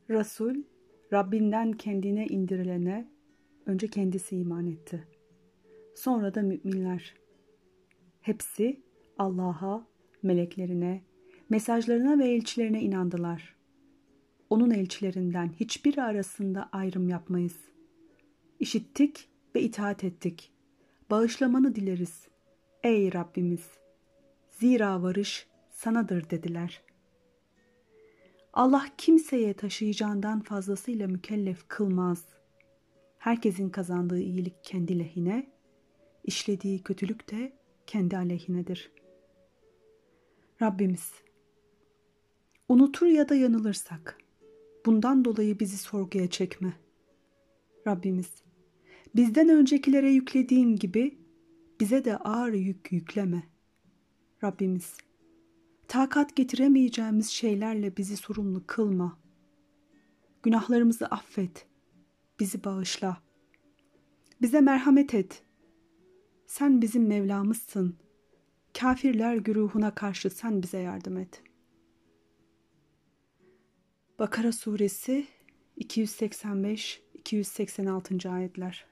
Resul, Rabbinden kendine indirilene önce kendisi iman etti. Sonra da müminler. Hepsi Allah'a, meleklerine, mesajlarına ve elçilerine inandılar. Onun elçilerinden hiçbiri arasında ayrım yapmayız. İşittik ve itaat ettik. Bağışlamanı dileriz. Ey Rabbimiz! Zira varış sanadır dediler. Allah kimseye taşıyacağından fazlasıyla mükellef kılmaz. Herkesin kazandığı iyilik kendi lehine, işlediği kötülük de kendi aleyhinedir. Rabbimiz, unutur ya da yanılırsak, bundan dolayı bizi sorguya çekme. Rabbimiz, bizden öncekilere yüklediğin gibi bize de ağır yük yükleme. Rabbimiz, takat getiremeyeceğimiz şeylerle bizi sorumlu kılma. Günahlarımızı affet, bizi bağışla. Bize merhamet et. Sen bizim Mevlamızsın. Kafirler güruhuna karşı sen bize yardım et. Bakara suresi 285-286. ayetler.